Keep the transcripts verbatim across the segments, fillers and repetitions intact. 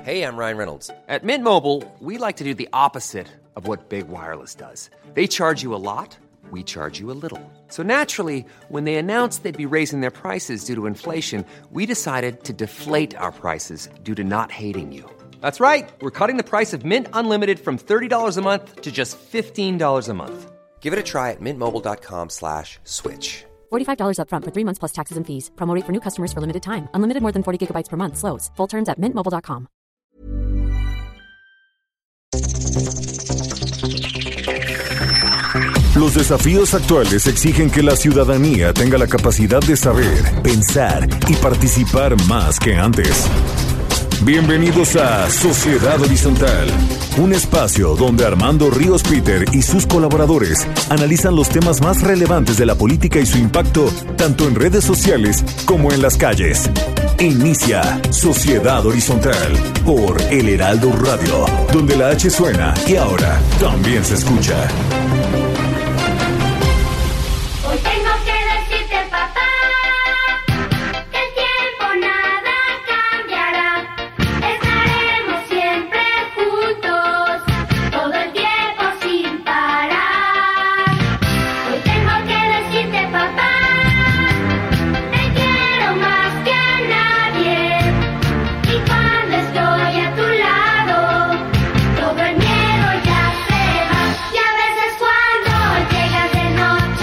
Hey, I'm Ryan Reynolds. At Mint Mobile, we like to do the opposite of what Big Wireless does. They charge you a lot, we charge you a little. So naturally, when they announced they'd be raising their prices due to inflation, we decided to deflate our prices due to not hating you. That's right. We're cutting the price of Mint Unlimited from thirty dollars a month to just fifteen dollars a month. Give it a try at mintmobile.com slash switch. forty-five dollars up front for three months plus taxes and fees. Promo rate for new customers for limited time. Unlimited more than forty gigabytes per month. Slows full terms at mint mobile dot com. Los desafíos actuales exigen que la ciudadanía tenga la capacidad de saber, pensar y participar más que antes. Bienvenidos a Sociedad Horizontal, un espacio donde Armando Ríos Peter y sus colaboradores analizan los temas más relevantes de la política y su impacto tanto en redes sociales como en las calles. Inicia Sociedad Horizontal por El Heraldo Radio, donde la H suena y ahora también se escucha. Hoy tengo que decirte, papá, que el tiempo nada cambiará. Estaremos siempre juntos, todo el tiempo sin parar. Hoy tengo que decirte, papá, te quiero más que a nadie. Y cuando estoy a tu lado, todo el miedo ya se va. Y a veces cuando llegas de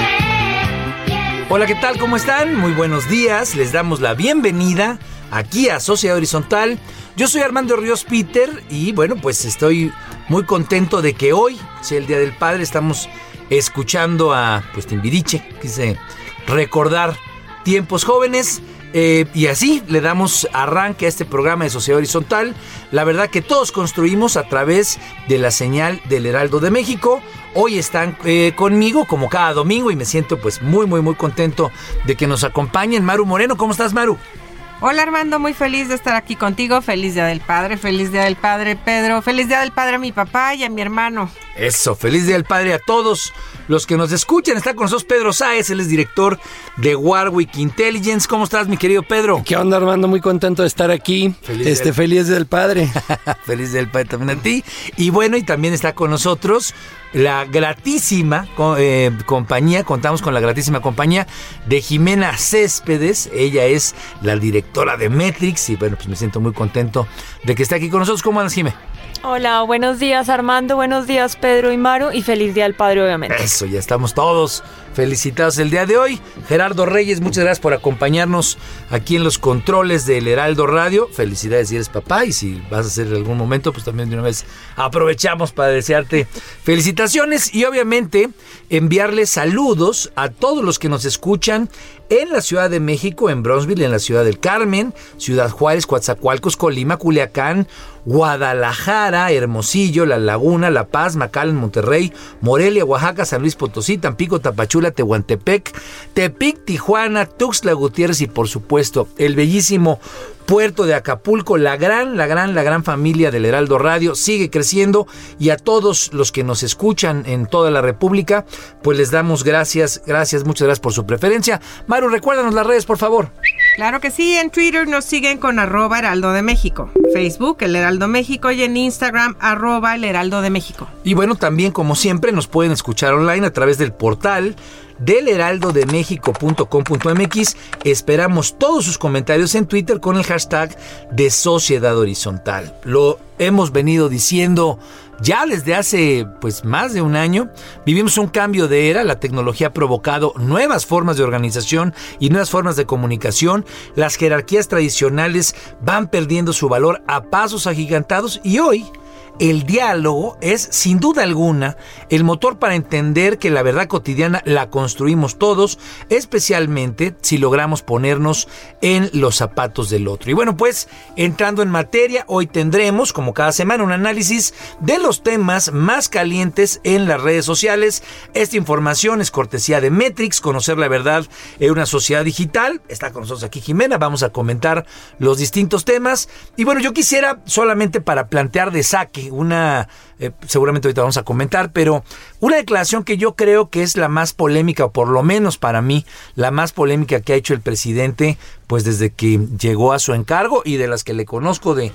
noche, pienso... Hola, ¿qué tal? ¿Cómo están? Muy buenos días. Les damos la bienvenida aquí a Sociedad Horizontal. Yo soy Armando Ríos Peter y bueno, pues estoy muy contento de que hoy sea el Día del Padre. Estamos escuchando a pues Timbiriche, quise recordar tiempos jóvenes. Eh, y así le damos arranque a este programa de Sociedad Horizontal. La verdad que todos construimos a través de la señal del Heraldo de México. Hoy están eh, conmigo como cada domingo y me siento pues muy muy muy contento de que nos acompañen. Maru Moreno, ¿cómo estás, Maru? Hola, Armando, muy feliz de estar aquí contigo. Feliz Día del Padre, feliz Día del Padre, Pedro. Feliz Día del Padre a mi papá y a mi hermano. Eso, feliz Día del Padre a todos los que nos escuchan. Está con nosotros Pedro Sáez, él es director de Warwick Intelligence. ¿Cómo estás, mi querido Pedro? ¿Qué onda, Armando? Muy contento de estar aquí. Feliz este del... Feliz Día del Padre. Feliz Día del Padre también a ti. Y bueno, y también está con nosotros la gratísima eh, compañía, contamos con la gratísima compañía de Jimena Céspedes. Ella es la directora de Metrix y bueno, pues me siento muy contento de que esté aquí con nosotros. ¿Cómo andas, Jimé? Hola, buenos días, Armando, buenos días, Pedro y Maru, y feliz Día del Padre, obviamente. Eso, ya estamos todos felicitados el día de hoy. Gerardo Reyes, muchas gracias por acompañarnos aquí en los controles del Heraldo Radio. Felicidades si eres papá y si vas a hacer algún momento, pues también de una vez aprovechamos para desearte felicitaciones y obviamente enviarles saludos a todos los que nos escuchan en la Ciudad de México, en Bronzeville, en la Ciudad del Carmen, Ciudad Juárez, Coatzacoalcos, Colima, Culiacán, Guadalajara, Hermosillo, La Laguna, La Paz, McAllen, Monterrey, Morelia, Oaxaca, San Luis Potosí, Tampico, Tapachula, Tehuantepec, Tepic, Tijuana, Tuxtla Gutiérrez y por supuesto el bellísimo puerto de Acapulco. La gran, la gran, la gran familia del Heraldo Radio sigue creciendo y a todos los que nos escuchan en toda la República, pues les damos gracias, gracias, muchas gracias por su preferencia. Maru, recuérdanos las redes, por favor. Claro que sí, en Twitter nos siguen con arroba Heraldo de México, Facebook El Heraldo México y en Instagram arroba El Heraldo de México. Y bueno, también como siempre nos pueden escuchar online a través del portal del heraldo de méxico punto com punto m x. Esperamos todos sus comentarios en Twitter con el hashtag de Sociedad Horizontal. Lo hemos venido diciendo ya desde hace pues más de un año. Vivimos un cambio de era, la tecnología ha provocado nuevas formas de organización y nuevas formas de comunicación. Las jerarquías tradicionales van perdiendo su valor a pasos agigantados y hoy el diálogo es, sin duda alguna, el motor para entender que la verdad cotidiana la construimos todos, especialmente si logramos ponernos en los zapatos del otro. Y bueno, pues, entrando en materia, hoy tendremos, como cada semana, un análisis de los temas más calientes en las redes sociales. Esta información es cortesía de Metrix, conocer la verdad en una sociedad digital. Está con nosotros aquí Jimena, vamos a comentar los distintos temas. Y bueno, yo quisiera solamente para plantear de saque una, eh, seguramente ahorita vamos a comentar, pero una declaración que yo creo que es la más polémica, o por lo menos para mí, la más polémica que ha hecho el presidente, pues desde que llegó a su encargo y de las que le conozco de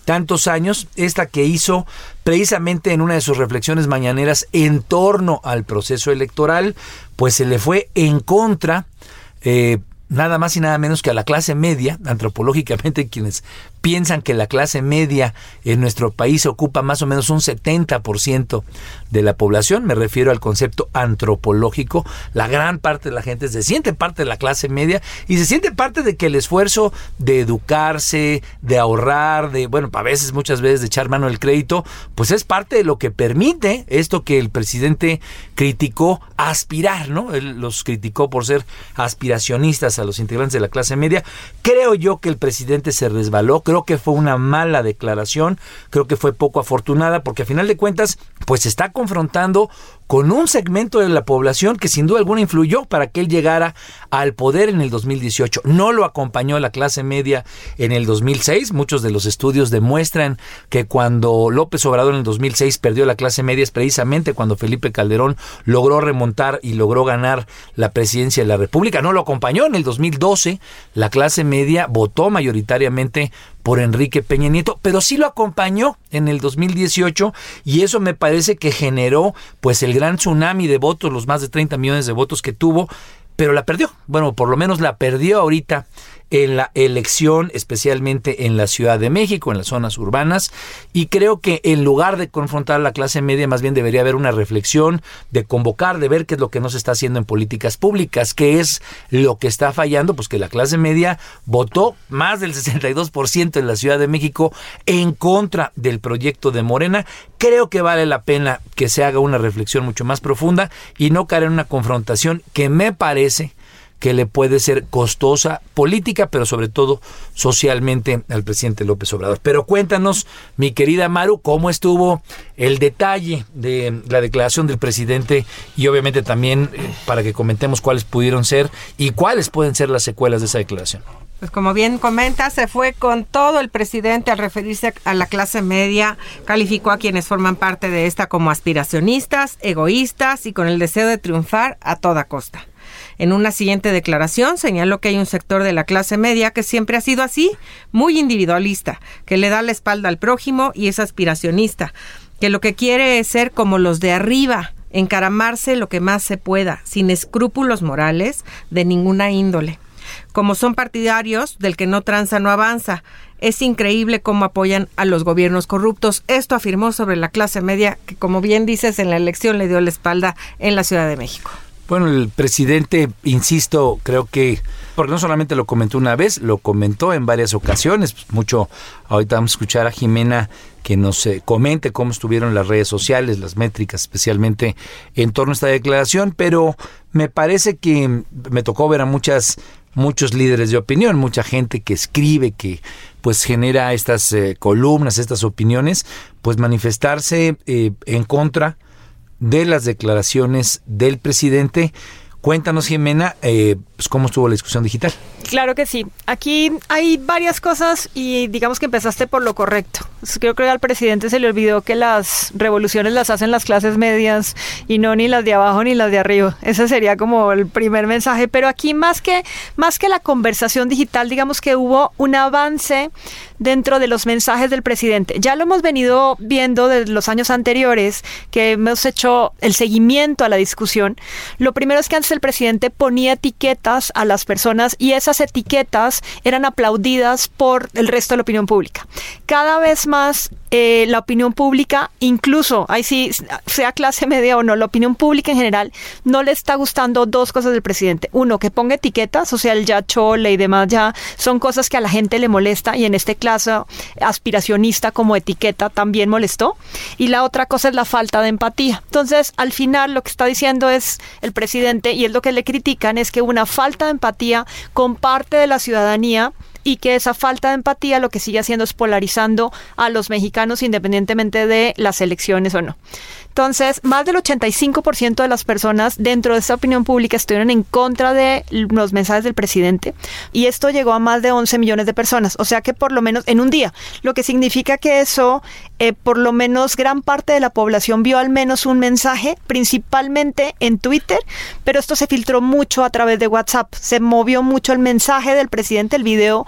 tantos años, esta que hizo precisamente en una de sus reflexiones mañaneras en torno al proceso electoral, pues se le fue en contra, eh, nada más y nada menos que a la clase media. Antropológicamente, quienes piensan que la clase media en nuestro país ocupa más o menos un setenta por ciento de la población, me refiero al concepto antropológico. La gran parte de la gente se siente parte de la clase media y se siente parte de que el esfuerzo de educarse, de ahorrar, de, bueno, a veces, muchas veces de echar mano del crédito, pues es parte de lo que permite esto que el presidente criticó, aspirar, ¿no? Él los criticó por ser aspiracionistas a los integrantes de la clase media. Creo yo que el presidente se resbaló. Creo que fue una mala declaración, creo que fue poco afortunada, porque a final de cuentas, pues se está confrontando con un segmento de la población que sin duda alguna influyó para que él llegara al poder en el dos mil dieciocho. No lo acompañó la clase media en el dos mil seis. Muchos de los estudios demuestran que cuando López Obrador en el dos mil seis perdió la clase media es precisamente cuando Felipe Calderón logró remontar y logró ganar la presidencia de la República. No lo acompañó en el dos mil doce. La clase media votó mayoritariamente por Enrique Peña Nieto, pero sí lo acompañó en el dos mil dieciocho, y eso me parece que generó pues el gran tsunami de votos, los más de treinta millones de votos que tuvo, pero la perdió. Bueno, por lo menos la perdió ahorita en la elección, especialmente en la Ciudad de México, en las zonas urbanas, y creo que en lugar de confrontar a la clase media, más bien debería haber una reflexión, de convocar, de ver qué es lo que no se está haciendo en políticas públicas, qué es lo que está fallando, pues que la clase media votó más del sesenta y dos por ciento en la Ciudad de México en contra del proyecto de Morena. Creo que vale la pena que se haga una reflexión mucho más profunda y no caer en una confrontación que me parece que le puede ser costosa política, pero sobre todo socialmente al presidente López Obrador. Pero cuéntanos, mi querida Maru, cómo estuvo el detalle de la declaración del presidente y obviamente también eh, para que comentemos cuáles pudieron ser y cuáles pueden ser las secuelas de esa declaración. Pues como bien comenta, se fue con todo el presidente al referirse a la clase media, calificó a quienes forman parte de esta como aspiracionistas, egoístas y con el deseo de triunfar a toda costa. En una siguiente declaración señaló que hay un sector de la clase media que siempre ha sido así, muy individualista, que le da la espalda al prójimo y es aspiracionista, que lo que quiere es ser como los de arriba, encaramarse lo que más se pueda, sin escrúpulos morales de ninguna índole. Como son partidarios del que no tranza no avanza, es increíble cómo apoyan a los gobiernos corruptos. Esto afirmó sobre la clase media que, como bien dices, en la elección le dio la espalda en la Ciudad de México. Bueno, el presidente, insisto, creo que, porque no solamente lo comentó una vez, lo comentó en varias ocasiones. Pues mucho, ahorita vamos a escuchar a Jimena que nos eh, comente cómo estuvieron las redes sociales, las métricas, especialmente en torno a esta declaración, pero me parece que me tocó ver a muchas, muchos líderes de opinión, mucha gente que escribe, que pues genera estas eh, columnas, estas opiniones, pues manifestarse eh, en contra de las declaraciones del presidente. Cuéntanos, Jimena, eh, pues cómo estuvo la discusión digital. Claro que sí. Aquí hay varias cosas y digamos que empezaste por lo correcto. Creo que al presidente se le olvidó que las revoluciones las hacen las clases medias y no ni las de abajo ni las de arriba. Ese sería como el primer mensaje. Pero aquí más que, más que la conversación digital, digamos que hubo un avance dentro de los mensajes del presidente. Ya lo hemos venido viendo desde los años anteriores, que hemos hecho el seguimiento a la discusión. Lo primero es que antes el presidente ponía etiquetas a las personas y esas etiquetas eran aplaudidas por el resto de la opinión pública. Cada vez más eh, la opinión pública, incluso, ahí sí, sea clase media o no, la opinión pública en general, no le está gustando dos cosas del presidente. Uno, que ponga etiquetas, o sea, el ya chole y demás, ya son cosas que a la gente le molesta, y en este caso, aspiracionista como etiqueta también molestó. Y la otra cosa es la falta de empatía. Entonces, al final, lo que está diciendo es el presidente, y es lo que le critican, es que una falta de empatía con parte de la ciudadanía, y que esa falta de empatía lo que sigue haciendo es polarizando a los mexicanos independientemente de las elecciones o no. Entonces, más del ochenta y cinco por ciento de las personas dentro de esta opinión pública estuvieron en contra de los mensajes del presidente, y esto llegó a más de once millones de personas, o sea que por lo menos en un día, lo que significa que eso, eh, por lo menos gran parte de la población vio al menos un mensaje, principalmente en Twitter, pero esto se filtró mucho a través de WhatsApp, se movió mucho el mensaje del presidente, el video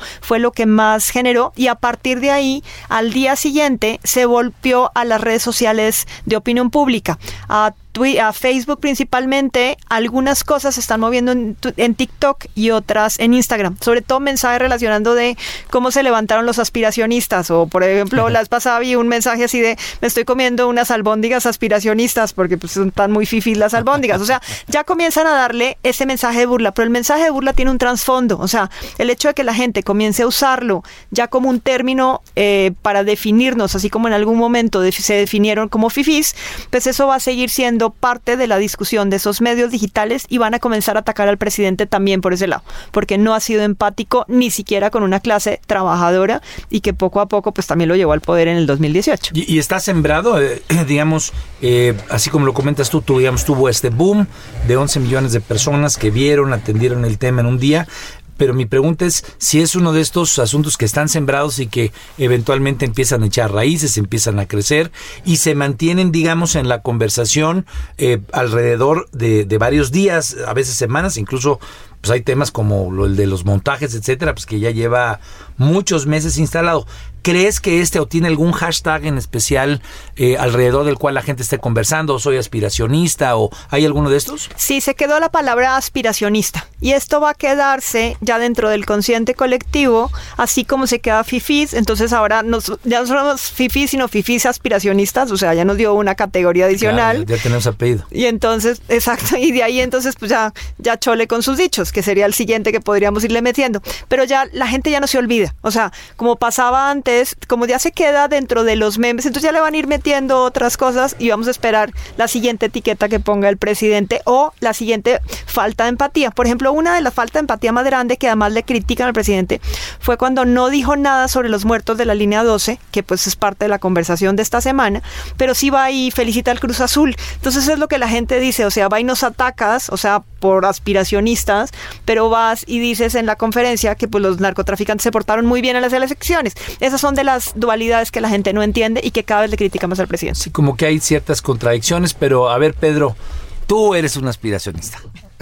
fue lo que más generó, y a partir de ahí, al día siguiente, se volvió a las redes sociales de opinión pública, a a Facebook principalmente. Algunas cosas se están moviendo en, en TikTok y otras en Instagram, sobre todo mensajes relacionando de cómo se levantaron los aspiracionistas, o por ejemplo, la vez pasada vi un mensaje así de me estoy comiendo unas albóndigas aspiracionistas porque pues están muy fifís las albóndigas, o sea, ya comienzan a darle ese mensaje de burla, pero el mensaje de burla tiene un trasfondo, o sea, el hecho de que la gente comience a usarlo ya como un término eh, para definirnos, así como en algún momento de, se definieron como fifís, pues eso va a seguir siendo parte de la discusión de esos medios digitales, y van a comenzar a atacar al presidente también por ese lado, porque no ha sido empático ni siquiera con una clase trabajadora, y que poco a poco pues también lo llevó al poder en el dos mil dieciocho. Y, y está sembrado, eh, digamos, eh, así como lo comentas tú, tú, digamos, tuvo este boom de once millones de personas que vieron, atendieron el tema en un día. Pero mi pregunta es si es uno de estos asuntos que están sembrados y que eventualmente empiezan a echar raíces, empiezan a crecer y se mantienen, digamos, en la conversación eh, alrededor de, de varios días, a veces semanas, incluso pues hay temas como lo, el de los montajes, etcétera, pues que ya lleva muchos meses instalado. ¿Crees que este o tiene algún hashtag en especial eh, alrededor del cual la gente esté conversando? ¿Soy aspiracionista? ¿O hay alguno de estos? Sí, se quedó la palabra aspiracionista. Y esto va a quedarse ya dentro del consciente colectivo, así como se queda fifís. Entonces ahora nos, ya no somos fifís, sino fifís aspiracionistas. O sea, ya nos dio una categoría adicional. Claro, ya tenemos apellido. Y entonces, exacto, y de ahí entonces pues ya, ya chole con sus dichos, que sería el siguiente que podríamos irle metiendo. Pero ya la gente ya no se olvida. O sea, como pasaba antes, como ya se queda dentro de los memes, entonces ya le van a ir metiendo otras cosas y vamos a esperar la siguiente etiqueta que ponga el presidente o la siguiente falta de empatía. Por ejemplo, una de las faltas de empatía más grande que además le critican al presidente fue cuando no dijo nada sobre los muertos de la línea doce, que pues es parte de la conversación de esta semana, pero sí va y felicita al Cruz Azul. Entonces es lo que la gente dice, o sea, va y nos atacas, o sea, por aspiracionistas, pero vas y dices en la conferencia que pues los narcotraficantes se portaron muy bien en las elecciones. Esas son de las dualidades que la gente no entiende y que cada vez le criticamos al presidente. Sí, como que hay ciertas contradicciones, pero a ver, Pedro, tú eres un aspiracionista.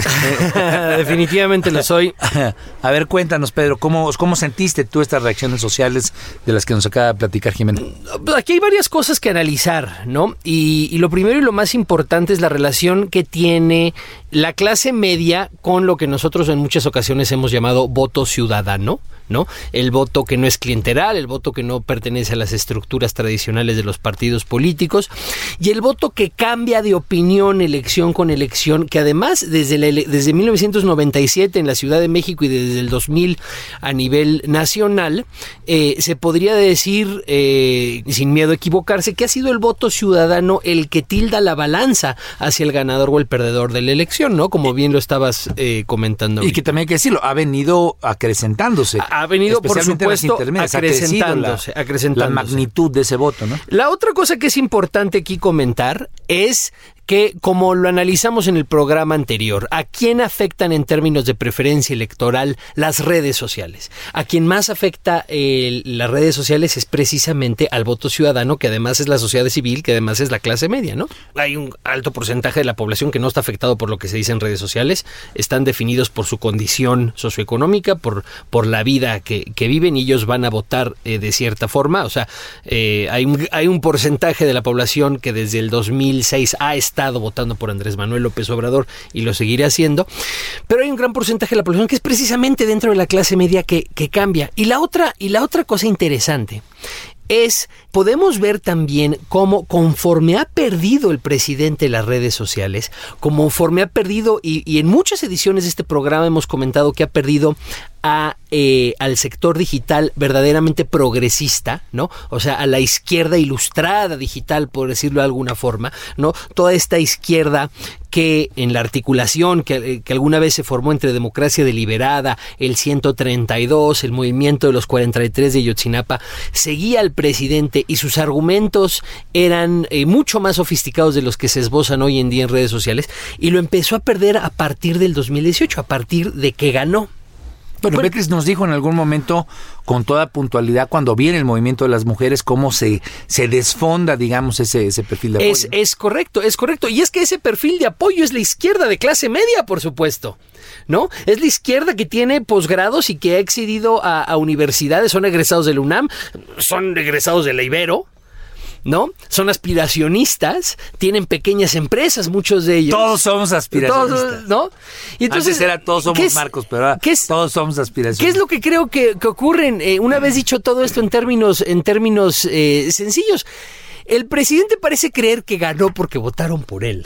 Definitivamente lo soy. A ver, cuéntanos, Pedro, ¿cómo, ¿cómo sentiste tú estas reacciones sociales de las que nos acaba de platicar Jimena? Aquí hay varias cosas que analizar, ¿no? Y, y lo primero y lo más importante es la relación que tiene la clase media con lo que nosotros en muchas ocasiones hemos llamado voto ciudadano, ¿no? El voto que no es clientelar, el voto que no pertenece a las estructuras tradicionales de los partidos políticos, y el voto que cambia de opinión elección con elección, que además desde, la, desde mil novecientos noventa y siete en la Ciudad de México y desde el dos mil a nivel nacional, eh, se podría decir, eh, sin miedo a equivocarse, que ha sido el voto ciudadano el que tilda la balanza hacia el ganador o el perdedor de la elección, ¿no? Como bien lo estabas eh, comentando. Y que también hay que decirlo, ha venido acrecentándose. Ha venido, por supuesto, acrecentándose, la, acrecentándose. La magnitud de ese voto, ¿no? La otra cosa que es importante aquí comentar es que, como lo analizamos en el programa anterior, ¿a quién afectan en términos de preferencia electoral las redes sociales? A quien más afecta eh, las redes sociales es precisamente al voto ciudadano, que además es la sociedad civil, que además es la clase media, ¿no? Hay un alto porcentaje de la población que no está afectado por lo que se dice en redes sociales, están definidos por su condición socioeconómica, por, por la vida que, que viven, y ellos van a votar eh, de cierta forma. O sea, eh, hay, un, hay un porcentaje de la población que desde el dos mil seis ha estado votando por Andrés Manuel López Obrador y lo seguiré haciendo, pero hay un gran porcentaje de la población que es precisamente dentro de la clase media que, que cambia. Y la otra, y la otra cosa interesante es, podemos ver también cómo conforme ha perdido el presidente las redes sociales, conforme ha perdido, y, y en muchas ediciones de este programa hemos comentado que ha perdido a eh, al sector digital verdaderamente progresista, ¿no? O sea, a la izquierda ilustrada digital, por decirlo de alguna forma, ¿no? Toda esta izquierda que en la articulación que, que alguna vez se formó entre Democracia Deliberada, el ciento treinta y dos, el movimiento de los cuarenta y tres de Ayotzinapa, seguía al presidente y sus argumentos eran eh, mucho más sofisticados de los que se esbozan hoy en día en redes sociales, y lo empezó a perder a partir del dos mil dieciocho, a partir de que ganó. Bueno, bueno, Beatriz nos dijo en algún momento con toda puntualidad, cuando viene el movimiento de las mujeres, cómo se, se desfonda, digamos, ese, ese perfil de apoyo. Es, es correcto, es correcto. Y es que ese perfil de apoyo es la izquierda de clase media, por supuesto, ¿no? Es la izquierda que tiene posgrados y que ha accedido a, a universidades, son egresados del UNAM, son egresados de la Ibero, ¿no? Son aspiracionistas, tienen pequeñas empresas, muchos de ellos. Todos somos aspiracionistas. Todos, ¿no? Y entonces, antes era todos somos ¿qué es, Marcos, pero ahora ¿qué es, todos somos aspiracionistas. ¿Qué es lo que creo que, que ocurre? Eh, una vez dicho todo esto en términos, en términos eh, sencillos, el presidente parece creer que ganó porque votaron por él.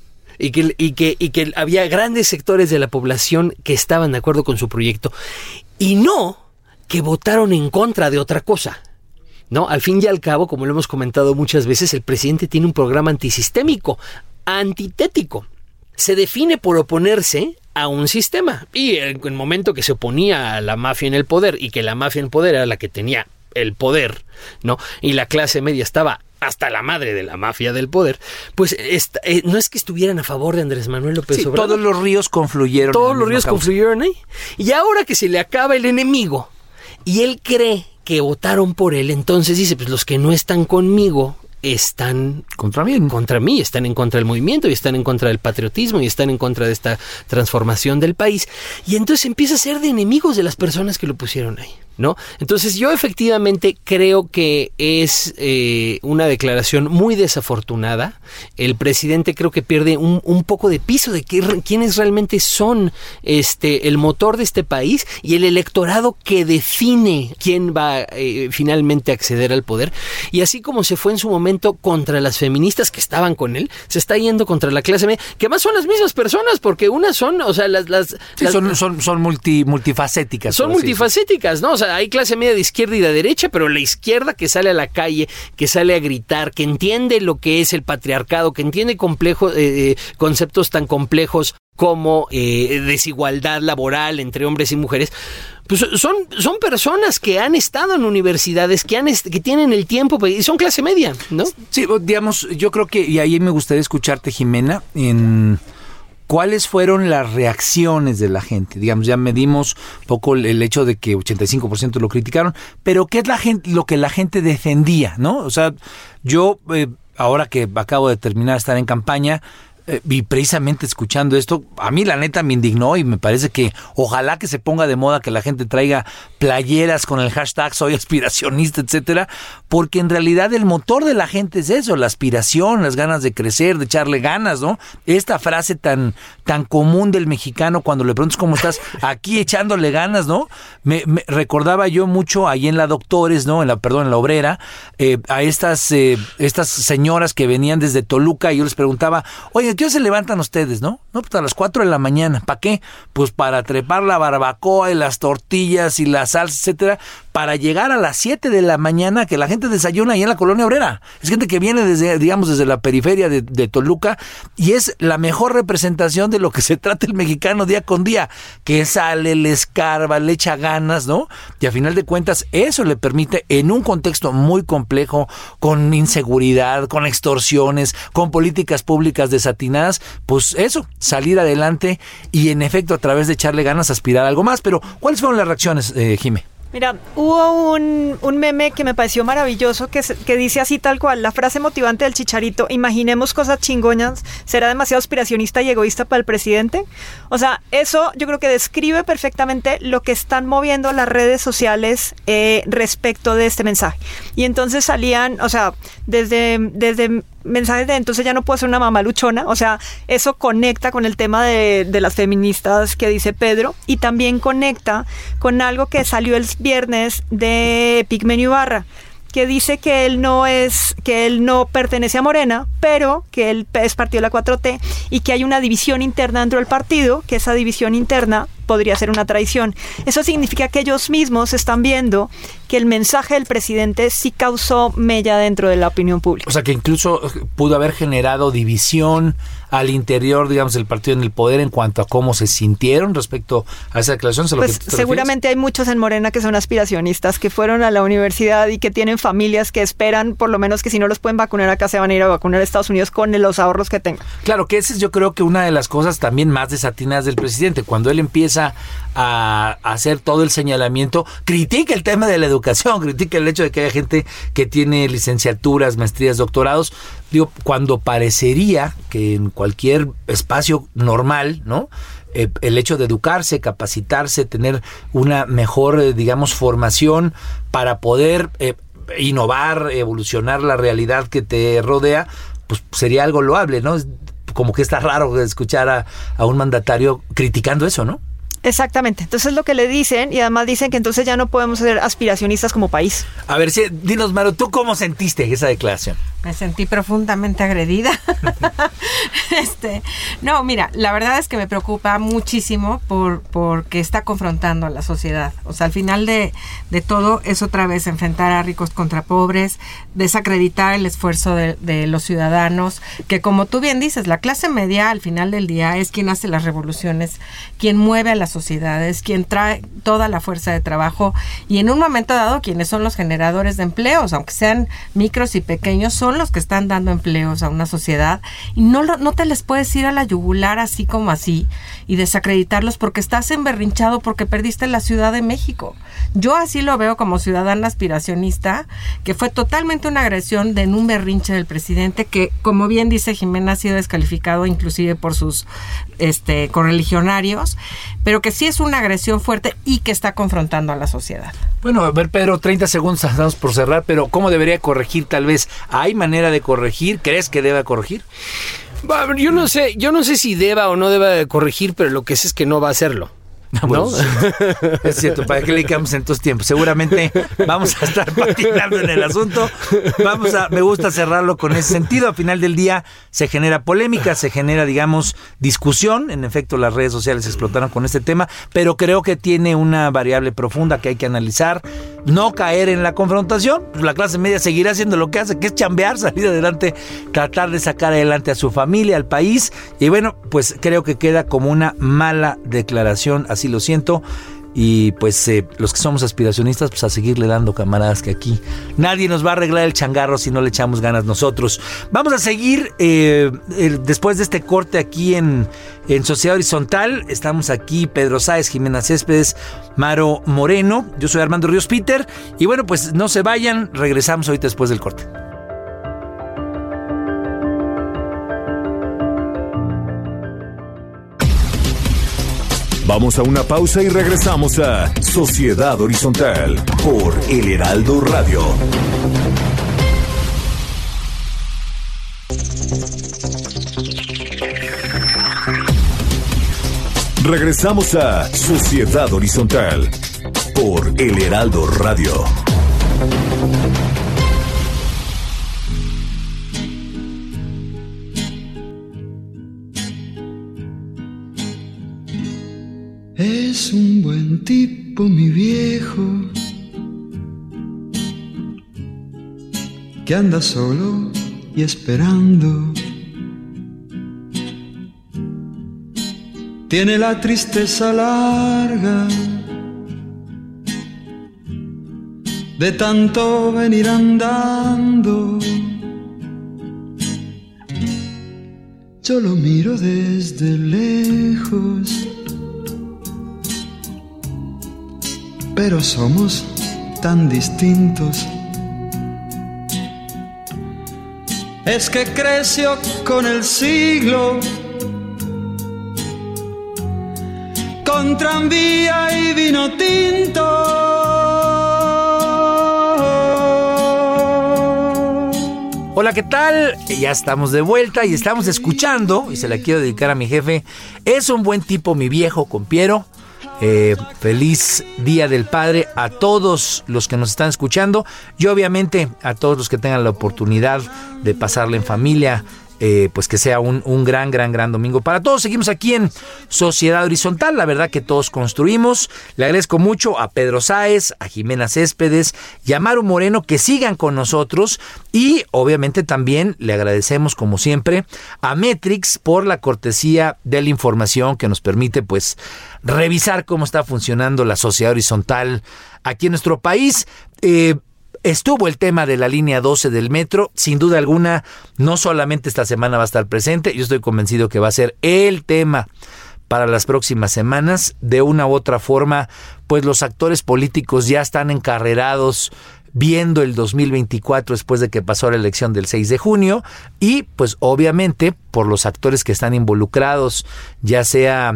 Y que, y, que, y que había grandes sectores de la población que estaban de acuerdo con su proyecto. Y no que votaron en contra de otra cosa. No, al fin y al cabo, como lo hemos comentado muchas veces, el presidente tiene un programa antisistémico, antitético. Se define por oponerse a un sistema. Y en el momento que se oponía a la mafia en el poder y que la mafia en el poder era la que tenía el poder, ¿no? Y la clase media estaba hasta la madre de la mafia del poder, pues esta, eh, no es que estuvieran a favor de Andrés Manuel López sí, Obrador. Todos los ríos confluyeron. Todos los ríos causa. confluyeron ahí. Y ahora que se le acaba el enemigo y él cree que votaron por él, entonces dice, pues los que no están conmigo están contra mí, contra mí, están en contra del movimiento y están en contra del patriotismo y están en contra de esta transformación del país. Y entonces empieza a ser de enemigos de las personas que lo pusieron ahí, ¿no? Entonces yo efectivamente creo que es eh, una declaración muy desafortunada. El presidente creo que pierde un, un poco de piso de qué, quiénes realmente son este, el motor de este país y el electorado que define quién va eh, finalmente a acceder al poder. Y así como se fue en su momento contra las feministas que estaban con él, se está yendo contra la clase media, que más son las mismas personas, porque unas son, o sea, las... las, sí, las son, son, son multi, multifacéticas. Son multifacéticas, ¿no? O sea, hay clase media de izquierda y de derecha, pero la izquierda que sale a la calle, que sale a gritar, que entiende lo que es el patriarcado, que entiende complejos, eh, conceptos tan complejos como eh, desigualdad laboral entre hombres y mujeres, pues son, son personas que han estado en universidades, que han que tienen el tiempo y son clase media, ¿no? Sí, digamos, yo creo que, y ahí me gustaría escucharte, Jimena, en cuáles fueron las reacciones de la gente. Digamos, ya medimos un poco el hecho de que ochenta y cinco por ciento lo criticaron, pero ¿qué es la gente, lo que la gente defendía, no? O sea, yo, eh, ahora que acabo de terminar de estar en campaña, Eh, y precisamente escuchando esto, a mí la neta me indignó y me parece que ojalá que se ponga de moda que la gente traiga playeras con el hashtag soy aspiracionista, etcétera, porque en realidad el motor de la gente es eso, la aspiración, las ganas de crecer, de echarle ganas, ¿no? Esta frase tan, tan común del mexicano cuando le preguntas cómo estás, aquí echándole ganas, ¿no? Me, me recordaba yo mucho ahí en la Doctores, ¿no? En la, perdón, en la Obrera, eh, a estas, eh, estas señoras que venían desde Toluca y yo les preguntaba, oye, ¿qué hora se levantan ustedes, no? No, pues a las cuatro de la mañana. ¿Para qué? Pues para trepar la barbacoa y las tortillas y la salsa, etcétera, para llegar a las siete de la mañana que la gente desayuna ahí en la Colonia Obrera. Es gente que viene desde, digamos, desde la periferia de, de Toluca y es la mejor representación de lo que se trata el mexicano día con día, que sale, le escarba, le echa ganas, ¿no? Y a final de cuentas eso le permite en un contexto muy complejo, con inseguridad, con extorsiones, con políticas públicas desatinadas, pues eso, salir adelante y en efecto a través de echarle ganas aspirar a algo más. Pero ¿cuáles fueron las reacciones, eh, Jimé? Mira, hubo un, un meme que me pareció maravilloso que, que dice así tal cual, la frase motivante del Chicharito, imaginemos cosas chingoñas, ¿será demasiado aspiracionista y egoísta para el presidente? O sea, eso yo creo que describe perfectamente lo que están moviendo las redes sociales eh, respecto de este mensaje. Y entonces salían, o sea, desde... desde mensajes de entonces ya no puedo ser una mamá luchona, o sea, eso conecta con el tema de, de las feministas que dice Pedro y también conecta con algo que salió el viernes de Pigmenio Ibarra, que dice que él no es, que él no pertenece a Morena, pero que él es partido de la cuatro T y que hay una división interna dentro del partido, que esa división interna podría ser una traición. Eso significa que ellos mismos están viendo que el mensaje del presidente sí causó mella dentro de la opinión pública. O sea, que incluso pudo haber generado división al interior, digamos, del partido en el poder en cuanto a cómo se sintieron respecto a esa declaración. ¿A lo pues que te seguramente refieres? Hay muchos en Morena que son aspiracionistas, que fueron a la universidad y que tienen familias que esperan, por lo menos que si no los pueden vacunar acá, se van a ir a vacunar a Estados Unidos con los ahorros que tengan. Claro, que esa es yo creo que una de las cosas también más desatinadas del presidente. Cuando él empieza a hacer todo el señalamiento, critica el tema de la educación, critica el hecho de que haya gente que tiene licenciaturas, maestrías, doctorados. Digo, cuando parecería que en cualquier espacio normal, ¿no? eh, el hecho de educarse, capacitarse, tener una mejor, eh, digamos, formación para poder eh, innovar, evolucionar la realidad que te rodea, pues sería algo loable, ¿no? Como que está raro escuchar a, a un mandatario criticando eso, ¿no? Exactamente. Entonces lo que le dicen, y además dicen que entonces ya no podemos ser aspiracionistas como país. A ver, si, dinos, Maru, ¿tú cómo sentiste esa declaración? Me sentí profundamente agredida. este, no, mira, la verdad es que me preocupa muchísimo por porque está confrontando a la sociedad. O sea, al final de, de todo es otra vez enfrentar a ricos contra pobres, desacreditar el esfuerzo de, de los ciudadanos, que como tú bien dices, la clase media al final del día es quien hace las revoluciones, quien mueve a las sociedades, quien trae toda la fuerza de trabajo y en un momento dado quienes son los generadores de empleos, aunque sean micros y pequeños, son los que están dando empleos a una sociedad y no, lo, no te les puedes ir a la yugular así como así y desacreditarlos porque estás emberrinchado porque perdiste la Ciudad de México. Yo así lo veo como ciudadana aspiracionista, que fue totalmente una agresión de un berrinche del presidente que, como bien dice Jimena, ha sido descalificado inclusive por sus este, correligionarios, pero que sí es una agresión fuerte y que está confrontando a la sociedad. Bueno, a ver, Pedro, treinta segundos estamos por cerrar, pero ¿cómo debería corregir tal vez? ¿Hay manera de corregir? ¿Crees que deba corregir? Bueno, yo no sé, yo no sé si deba o no deba de corregir, pero lo que sé es que no va a hacerlo. ¿No? Bueno, sí. Es cierto, ¿para qué le dedicamos en estos tiempos? Seguramente vamos a estar patinando en el asunto. Vamos a, me gusta cerrarlo con ese sentido. Al final del día se genera polémica, se genera, digamos, discusión. En efecto, las redes sociales explotaron con este tema, pero creo que tiene una variable profunda que hay que analizar. No caer en la confrontación. La clase media seguirá haciendo lo que hace, que es chambear, salir adelante, tratar de sacar adelante a su familia, al país. Y bueno, pues creo que queda como una mala declaración. Así lo siento. Y pues eh, los que somos aspiracionistas, pues a seguirle dando, camaradas, que aquí nadie nos va a arreglar el changarro si no le echamos ganas nosotros. Vamos a seguir eh, el, después de este corte aquí en, en Sociedad Horizontal. Estamos aquí Pedro Sáez, Jimena Céspedes, Maro Moreno. Yo soy Armando Ríos Peter. Y bueno, pues no se vayan, regresamos ahorita después del corte. Vamos a una pausa y regresamos a Sociedad Horizontal por El Heraldo Radio. Regresamos a Sociedad Horizontal por El Heraldo Radio. Es un buen tipo, mi viejo, que anda solo y esperando. Tiene la tristeza larga de tanto venir andando. Yo lo miro desde lejos, pero somos tan distintos. Es que creció con el siglo, con tranvía y vino tinto. Hola, ¿qué tal? Ya estamos de vuelta y estamos escuchando, y se la quiero dedicar a mi jefe. Es un buen tipo, mi viejo, con Piero. Eh, feliz Día del Padre a todos los que nos están escuchando y obviamente a todos los que tengan la oportunidad de pasarla en familia. Eh, pues que sea un, un gran, gran, gran domingo para todos. Seguimos aquí en Sociedad Horizontal, la verdad que todos construimos. Le agradezco mucho a Pedro Sáez, a Jimena Céspedes y a Maru Moreno que sigan con nosotros, y obviamente también le agradecemos como siempre a Metrix por la cortesía de la información que nos permite pues revisar cómo está funcionando la Sociedad Horizontal aquí en nuestro país. Eh, Estuvo el tema de la línea doce del metro, sin duda alguna, no solamente esta semana va a estar presente, yo estoy convencido que va a ser el tema para las próximas semanas. De una u otra forma, pues los actores políticos ya están encarrerados viendo el dos mil veinticuatro después de que pasó la elección del seis de junio, y pues obviamente por los actores que están involucrados, ya sea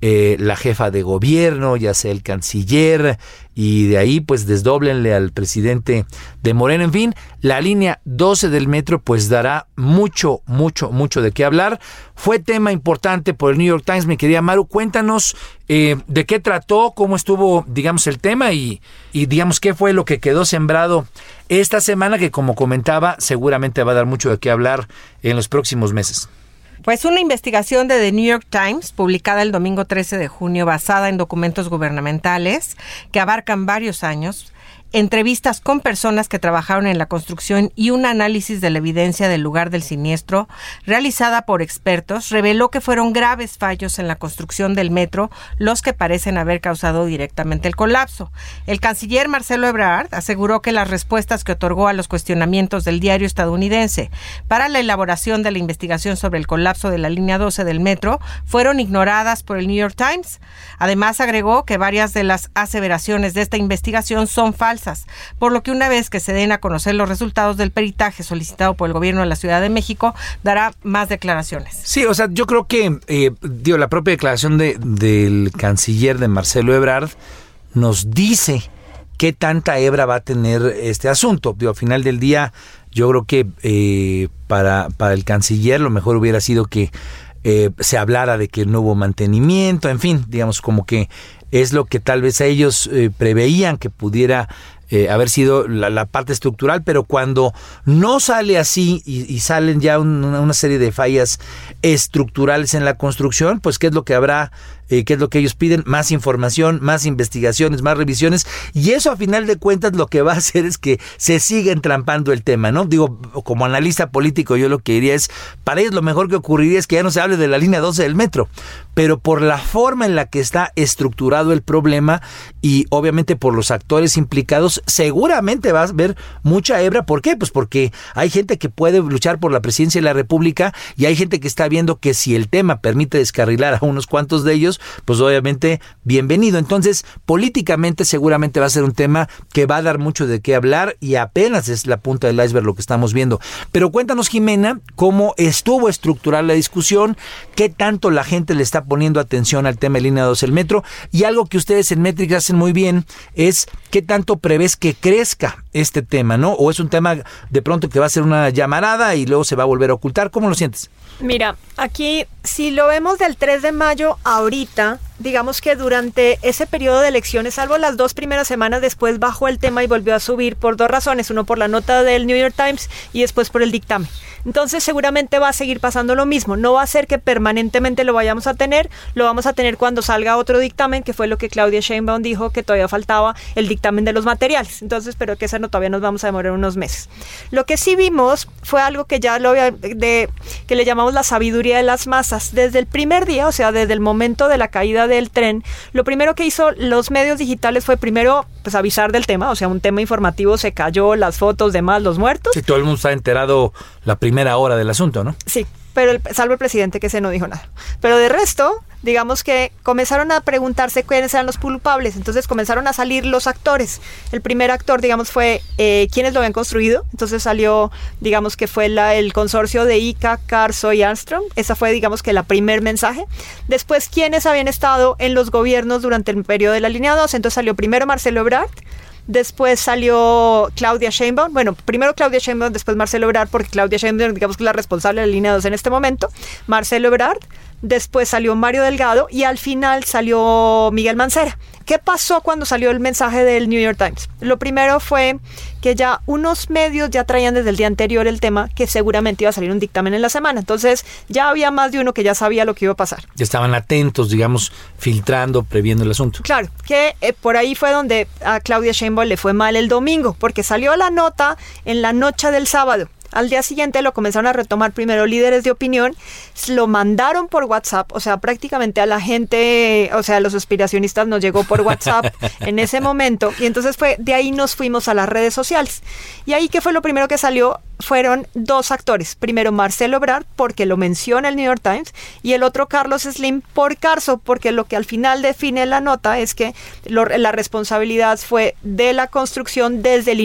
eh, la jefa de gobierno, ya sea el canciller, y de ahí pues desdóblenle al presidente de Morena. En fin, la línea doce del metro pues dará mucho, mucho, mucho de qué hablar. Fue tema importante por el New York Times, mi querida Maru. Cuéntanos eh, de qué trató, cómo estuvo, digamos, el tema y, y digamos qué fue lo que quedó sembrado esta semana, que como comentaba seguramente va a dar mucho de qué hablar en los próximos meses. Pues una investigación de The New York Times, publicada el domingo trece de junio, basada en documentos gubernamentales que abarcan varios años, entrevistas con personas que trabajaron en la construcción y un análisis de la evidencia del lugar del siniestro, realizada por expertos, reveló que fueron graves fallos en la construcción del metro los que parecen haber causado directamente el colapso. El canciller Marcelo Ebrard aseguró que las respuestas que otorgó a los cuestionamientos del diario estadounidense para la elaboración de la investigación sobre el colapso de la línea doce del metro fueron ignoradas por el New York Times. Además, agregó que varias de las aseveraciones de esta investigación son falsas, por lo que una vez que se den a conocer los resultados del peritaje solicitado por el gobierno de la Ciudad de México, dará más declaraciones. Sí, o sea, yo creo que eh, digo, la propia declaración de, del canciller de Marcelo Ebrard nos dice qué tanta hebra va a tener este asunto. Digo, al final del día, yo creo que eh, para, para el canciller lo mejor hubiera sido que eh, se hablara de que no hubo mantenimiento, en fin, digamos como que es lo que tal vez ellos eh, preveían que pudiera eh, haber sido la, la parte estructural, pero cuando no sale así y, y salen ya un, una, una serie de fallas estructurales en la construcción, pues ¿qué es lo que habrá? Eh, ¿Qué es lo que ellos piden? Más información, más investigaciones, más revisiones, y eso a final de cuentas lo que va a hacer es que se siga entrampando el tema, ¿no? Digo, como analista político yo lo que diría es, para ellos lo mejor que ocurriría es que ya no se hable de la línea doce del metro, pero por la forma en la que está estructurado el problema y obviamente por los actores implicados, seguramente va a haber mucha hebra. ¿Por qué? Pues porque hay gente que puede luchar por la presidencia de la República y hay gente que está viendo que si el tema permite descarrilar a unos cuantos de ellos, pues obviamente bienvenido. Entonces, políticamente seguramente va a ser un tema que va a dar mucho de qué hablar y apenas es la punta del iceberg lo que estamos viendo. Pero cuéntanos, Jimena, cómo estuvo estructurada la discusión, qué tanto la gente le está poniendo atención al tema de línea doce del metro, y algo que ustedes en Métrica hacen muy bien es qué tanto prevés que crezca este tema, ¿no? O es un tema de pronto que va a ser una llamarada y luego se va a volver a ocultar. ¿Cómo lo sientes? Mira, aquí si lo vemos del tres de mayo ahorita, digamos que durante ese periodo de elecciones, salvo las dos primeras semanas, después bajó el tema y volvió a subir por dos razones, uno por la nota del New York Times y después por el dictamen. Entonces seguramente va a seguir pasando lo mismo, no va a ser que permanentemente lo vayamos a tener, lo vamos a tener cuando salga otro dictamen, que fue lo que Claudia Sheinbaum dijo, que todavía faltaba el dictamen de los materiales. Entonces, pero que esa no, todavía nos vamos a demorar unos meses. Lo que sí vimos fue algo que ya lo había, de, que le llamamos la sabiduría de las masas. Desde el primer día, o sea, desde el momento de la caída del tren, lo primero que hizo los medios digitales fue primero pues avisar del tema, o sea, un tema informativo, se cayó, las fotos, demás, los muertos. Sí, todo el mundo está enterado la primera hora del asunto, ¿no? Sí, pero el, salvo el presidente, que se no dijo nada. Pero de resto, digamos que comenzaron a preguntarse quiénes eran los culpables, entonces comenzaron a salir los actores. El primer actor, digamos, fue eh, quiénes lo habían construido, entonces salió, digamos que fue la, el consorcio de I C A, Carso y Armstrong, esa fue, digamos que la primer mensaje. Después, quiénes habían estado en los gobiernos durante el periodo de la línea dos, entonces salió primero Marcelo Ebrard, después salió Claudia Sheinbaum, bueno, primero Claudia Sheinbaum, después Marcelo Ebrard, porque Claudia Sheinbaum, digamos que es la responsable de la línea dos en este momento, Marcelo Ebrard, después salió Mario Delgado y al final salió Miguel Mancera. ¿Qué pasó cuando salió el mensaje del New York Times? Lo primero fue que ya unos medios ya traían desde el día anterior el tema que seguramente iba a salir un dictamen en la semana. Entonces ya había más de uno que ya sabía lo que iba a pasar. Ya estaban atentos, digamos, filtrando, previendo el asunto. Claro, que eh, por ahí fue donde a Claudia Sheinbaum le fue mal el domingo, porque salió la nota en la noche del sábado. Al día siguiente lo comenzaron a retomar primero líderes de opinión, lo mandaron por WhatsApp, o sea, prácticamente a la gente, o sea, a los aspiracionistas nos llegó por WhatsApp en ese momento, y entonces fue de ahí nos fuimos a las redes sociales. Y ahí, ¿qué fue lo primero que salió? Fueron dos actores, primero Marcelo Ebrard, porque lo menciona el New York Times, y el otro Carlos Slim por Carso, porque lo que al final define la nota es que lo, la responsabilidad fue de la construcción desde el inicio.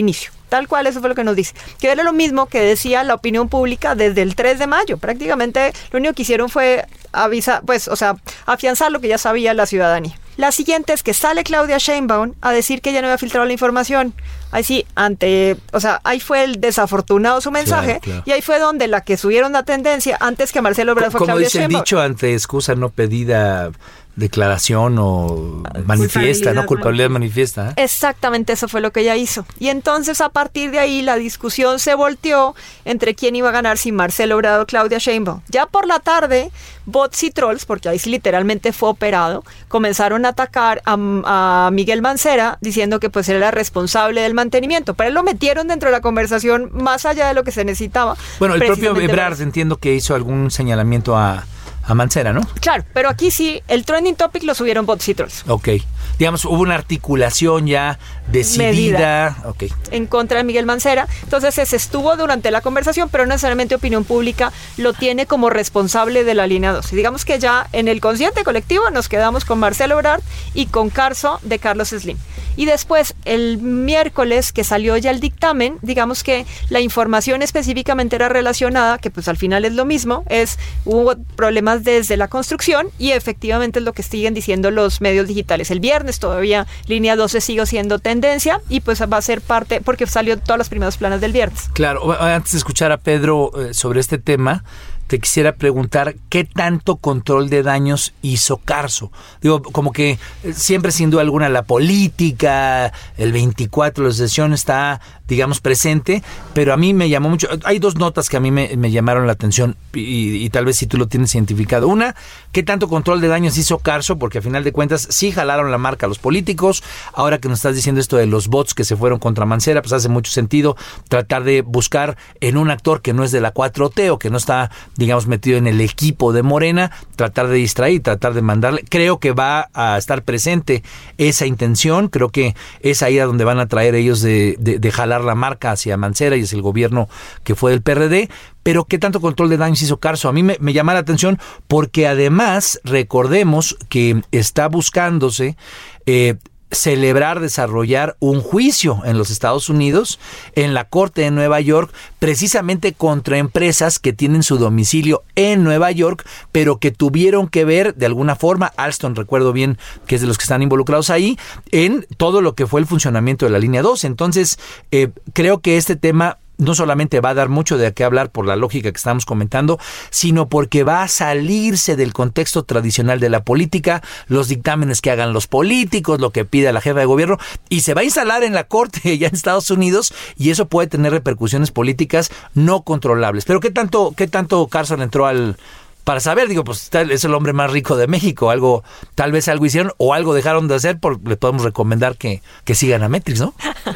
tal cual, eso fue lo que nos dice. Que era lo mismo que decía la opinión pública desde el tres de mayo. Prácticamente lo único que hicieron fue avisar, pues, o sea, afianzar lo que ya sabía la ciudadanía. La siguiente es que sale Claudia Sheinbaum a decir que ella no había filtrado la información. Ahí sí, ante, o sea, ahí fue el desafortunado su mensaje, claro, claro. Y ahí fue donde la que subieron la tendencia antes que Marcelo Ebrard fue Como Claudia dice el Sheinbaum. dicho, ante excusa no pedida, declaración o manifiesta, ¿no? Culpabilidad manifiesta. ¿eh? Exactamente, eso fue lo que ella hizo. Y entonces, a partir de ahí, la discusión se volteó entre quién iba a ganar, si Marcelo Ebrard o Claudia Sheinbaum. Ya por la tarde, bots y trolls, porque ahí sí literalmente fue operado, comenzaron a atacar a, a Miguel Mancera, diciendo que pues él era responsable del mantenimiento. Pero él lo metieron dentro de la conversación más allá de lo que se necesitaba. Bueno, el propio Ebrard para... entiendo que hizo algún señalamiento a... a Mancera, ¿no? Claro, pero aquí sí, el trending topic lo subieron bots y trolls. Ok. Digamos, hubo una articulación ya decidida. Medida. Ok. En contra de Miguel Mancera. Entonces, ese estuvo durante la conversación, pero no necesariamente opinión pública lo tiene como responsable de la línea dos. Y digamos que ya en el consciente colectivo nos quedamos con Marcelo Ebrard y con Carso de Carlos Slim. Y después, el miércoles que salió ya el dictamen, digamos que la información específicamente era relacionada, que pues al final es lo mismo, es hubo problemas desde la construcción y efectivamente es lo que siguen diciendo los medios digitales. El viernes todavía línea doce sigue siendo tendencia y pues va a ser parte, porque salió todas las primeras planas del viernes. Claro, antes de escuchar a Pedro eh, sobre este tema, te quisiera preguntar qué tanto control de daños hizo Carso. Digo, como que siempre sin duda alguna la política, el veinticuatro, la sesión está, digamos, presente, pero a mí me llamó mucho. Hay dos notas que a mí me, me llamaron la atención y, y tal vez si tú lo tienes identificado. Una, qué tanto control de daños hizo Carso, porque a final de cuentas sí jalaron la marca a los políticos. Ahora que nos estás diciendo esto de los bots que se fueron contra Mancera, pues hace mucho sentido tratar de buscar en un actor que no es de la cuatro T o que no está, digamos, metido en el equipo de Morena, tratar de distraer, tratar de mandarle. Creo que va a estar presente esa intención, creo que es ahí a donde van a traer ellos de, de, de jalar la marca hacia Mancera y es el gobierno que fue del P R D, pero ¿qué tanto control de daños hizo Carso? A mí me, me llama la atención porque además recordemos que está buscándose eh, celebrar, desarrollar un juicio en los Estados Unidos, en la Corte de Nueva York, precisamente contra empresas que tienen su domicilio en Nueva York, pero que tuvieron que ver de alguna forma, Alstom recuerdo bien que es de los que están involucrados ahí, en todo lo que fue el funcionamiento de la línea dos. Entonces, eh, creo que este tema no solamente va a dar mucho de qué hablar por la lógica que estamos comentando, sino porque va a salirse del contexto tradicional de la política, los dictámenes que hagan los políticos, lo que pida la jefa de gobierno, y se va a instalar en la corte ya en Estados Unidos, y eso puede tener repercusiones políticas no controlables. Pero ¿qué tanto, qué tanto Carso le entró al... para saber, digo, pues tal, es el hombre más rico de México, algo, tal vez algo hicieron o algo dejaron de hacer, por, le podemos recomendar que, que sigan a Metrix, ¿no?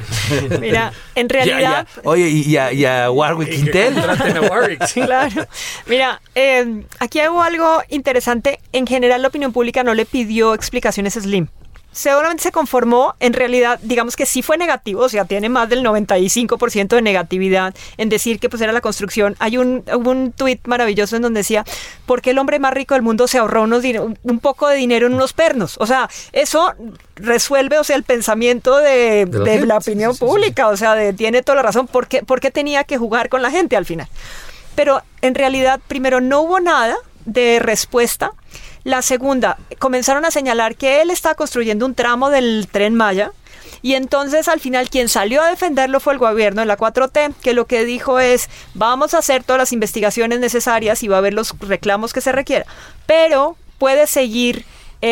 Mira, en realidad... Ya, ya. Oye, y a, y a Warwick Intel. A Warwick, sí. Claro. Mira, eh, aquí hago algo interesante. En general, la opinión pública no le pidió explicaciones a Slim. Seguramente se conformó, en realidad, digamos que sí fue negativo, o sea, tiene más del noventa y cinco por ciento de negatividad en decir que pues era la construcción. Hay un, un tuit maravilloso en donde decía, ¿por qué el hombre más rico del mundo se ahorró unos un, un poco de dinero en unos pernos? O sea, eso resuelve, o sea, el pensamiento de, de, la, de la opinión sí, sí, pública, sí. O sea, de, tiene toda la razón, ¿por qué, por qué tenía que jugar con la gente al final? Pero en realidad, primero, no hubo nada de respuesta. La segunda, comenzaron a señalar que él estaba construyendo un tramo del Tren Maya y entonces al final quien salió a defenderlo fue el gobierno de la cuatro T, que lo que dijo es vamos a hacer todas las investigaciones necesarias y va a haber los reclamos que se requiera, pero puede seguir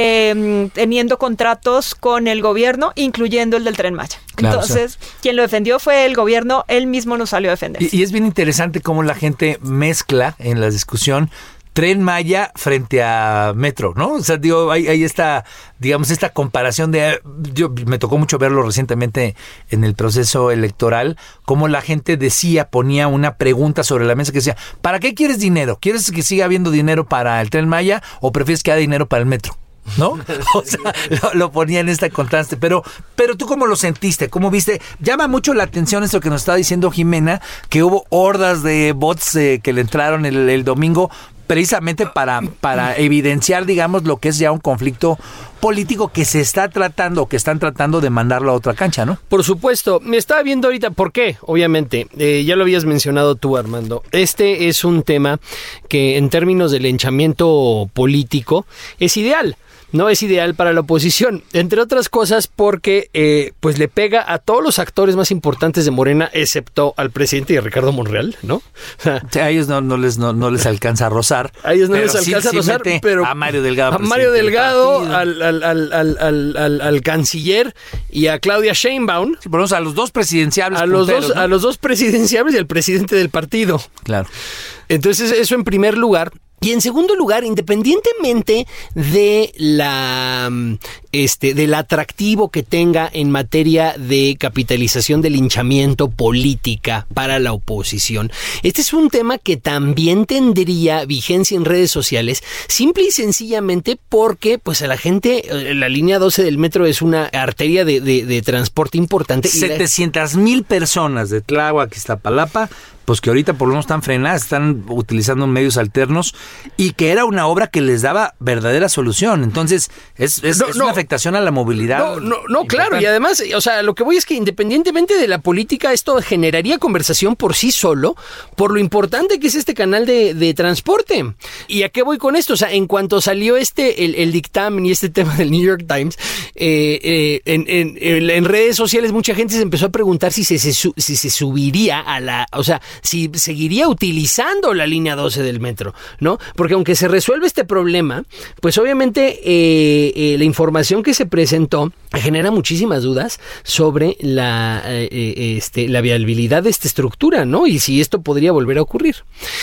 eh, teniendo contratos con el gobierno, incluyendo el del Tren Maya. Claro, entonces, o sea, quien lo defendió fue el gobierno, él mismo no salió a defender. Y, y es bien interesante cómo la gente mezcla en la discusión Tren Maya frente a Metro, ¿no? O sea, digo, hay, hay esta, digamos, esta comparación de... Yo me tocó mucho verlo recientemente en el proceso electoral, cómo la gente decía, ponía una pregunta sobre la mesa que decía, ¿para qué quieres dinero? ¿Quieres que siga habiendo dinero para el Tren Maya o prefieres que haya dinero para el Metro? ¿No? O sea, lo, lo ponía en esta contraste. Pero, pero tú ¿cómo lo sentiste? ¿Cómo viste? Llama mucho la atención esto que nos estaba diciendo Jimena, que hubo hordas de bots eh, que le entraron el, el domingo, precisamente para, para evidenciar, digamos, lo que es ya un conflicto político que se está tratando, que están tratando de mandarlo a otra cancha, ¿no? Por supuesto. Me estaba viendo ahorita, ¿por qué? Obviamente, eh, ya lo habías mencionado tú, Armando. Este es un tema que en términos de linchamiento político es ideal. No es ideal para la oposición, entre otras cosas porque eh, pues le pega a todos los actores más importantes de Morena, excepto al presidente y a Ricardo Monreal, ¿no? Sí, a ellos no, no, les, no, no les alcanza a rozar. A ellos no les alcanza sí, a rozar, sí pero a Mario Delgado. A Mario Delgado, al, al, al, al, al, al, al canciller y a Claudia Sheinbaum. Sí, ponemos a los dos presidenciables. A los punteros, dos, ¿no? A los dos presidenciables y al presidente del partido. Claro. Entonces, eso en primer lugar. Y en segundo lugar, independientemente de la este del atractivo que tenga en materia de capitalización del linchamiento política para la oposición, este es un tema que también tendría vigencia en redes sociales, simple y sencillamente porque pues a la gente, la línea doce del metro es una arteria de, de, de transporte importante. setecientas mil personas de Tláhuac, Iztapalapa, pues que ahorita por lo menos están frenadas, están utilizando medios alternos y que era una obra que les daba verdadera solución. Entonces, es, es, no, es no, una afectación a la movilidad. No, no, no claro, y además, o sea, lo que voy es que independientemente de la política, esto generaría conversación por sí solo, por lo importante que es este canal de, de transporte. ¿Y a qué voy con esto? O sea, en cuanto salió este, el, el dictamen y este tema del New York Times, eh, eh, en, en, en redes sociales mucha gente se empezó a preguntar si se, se, si se subiría a la, o sea, si seguiría utilizando la línea doce del metro, ¿no? Porque aunque se resuelve este problema, pues obviamente eh, eh, la información que se presentó genera muchísimas dudas sobre la, eh, este, la viabilidad de esta estructura, ¿no? Y si esto podría volver a ocurrir.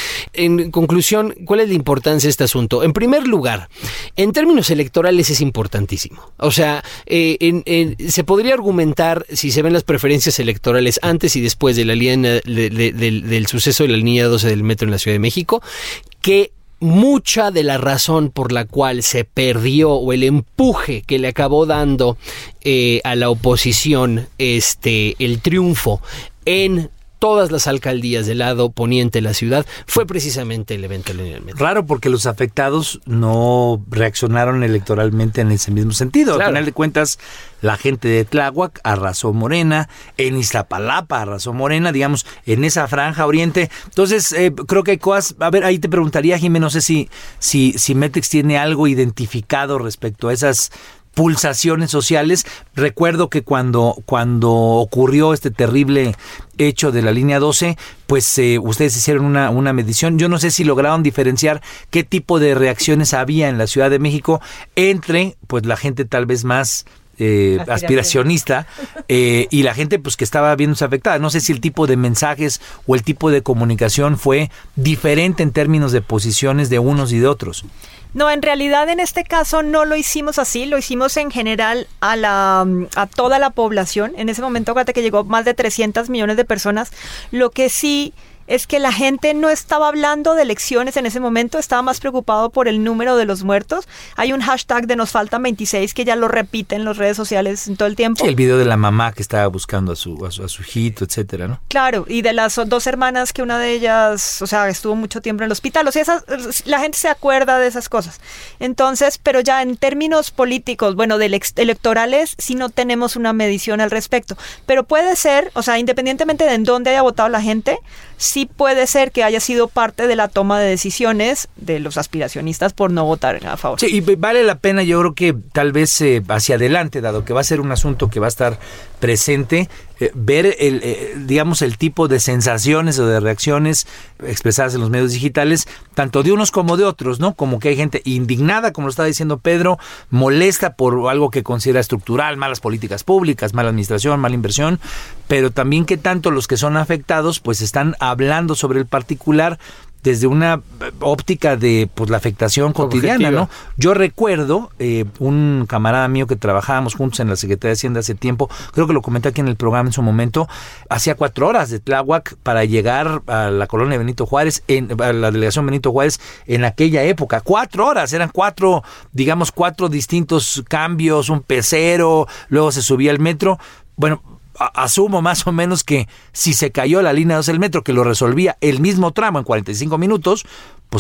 En conclusión, ¿cuál es la importancia de este asunto? En primer lugar, en términos electorales es importantísimo. O sea, eh, en, en, se podría argumentar, si se ven las preferencias electorales antes y después de la línea de, de, de, del suceso de la línea doce del metro en la Ciudad de México, que mucha de la razón por la cual se perdió o el empuje que le acabó dando eh, a la oposición este el triunfo en todas las alcaldías del lado poniente de la ciudad fue precisamente el evento de la línea del metro. Raro, porque los afectados no reaccionaron electoralmente en ese mismo sentido. Claro. Al final de cuentas, la gente de Tláhuac arrasó Morena, en Iztapalapa arrasó Morena, digamos, en esa franja oriente. Entonces, eh, creo que hay cosas, a ver, ahí te preguntaría, Jimé, no sé si, si, si Metex tiene algo identificado respecto a esas pulsaciones sociales. Recuerdo que cuando, cuando ocurrió este terrible hecho de la línea doce, pues eh, ustedes hicieron una, una medición. Yo no sé si lograron diferenciar qué tipo de reacciones había en la Ciudad de México entre pues la gente tal vez más Eh, aspiracionista eh, y la gente pues que estaba viéndose afectada. No sé si el tipo de mensajes o el tipo de comunicación fue diferente en términos de posiciones de unos y de otros. No, en realidad en este caso no lo hicimos así, lo hicimos en general a la a toda la población. En ese momento, acuérdate que llegó más de trescientos millones de personas. Lo que sí es que la gente no estaba hablando de elecciones en ese momento, estaba más preocupado por el número de los muertos. Hay un hashtag de nos faltan veintiséis que ya lo repiten en las redes sociales en todo el tiempo. Sí, el video de la mamá que estaba buscando a su, a su, a su hijito, etcétera, ¿no? Claro, y de las dos hermanas que una de ellas, o sea, estuvo mucho tiempo en el hospital. O sea, esas, la gente se acuerda de esas cosas. Entonces, pero ya en términos políticos, bueno, de electorales, sí no tenemos una medición al respecto. Pero puede ser, o sea, independientemente de en dónde haya votado la gente, sí puede ser que haya sido parte de la toma de decisiones de los aspiracionistas por no votar a favor. Sí, y vale la pena, yo creo que tal vez eh, hacia adelante, dado que va a ser un asunto que va a estar presente, eh, ver el, eh, digamos, el tipo de sensaciones o de reacciones expresadas en los medios digitales, tanto de unos como de otros, ¿no? Como que hay gente indignada, como lo estaba diciendo Pedro, molesta por algo que considera estructural, malas políticas públicas, mala administración, mala inversión, pero también que tanto los que son afectados, pues están hablando sobre el particular desde una óptica de pues la afectación cotidiana, objetiva, ¿no? Yo recuerdo eh, un camarada mío que trabajábamos juntos en la Secretaría de Hacienda hace tiempo, creo que lo comenté aquí en el programa en su momento, hacía cuatro horas de Tláhuac para llegar a la colonia Benito Juárez, en, a la delegación Benito Juárez en aquella época, cuatro horas, eran cuatro, digamos, cuatro distintos cambios, un pecero, luego se subía al metro, bueno, asumo más o menos que si se cayó la línea doce del metro, que lo resolvía el mismo tramo en cuarenta y cinco minutos, pues hay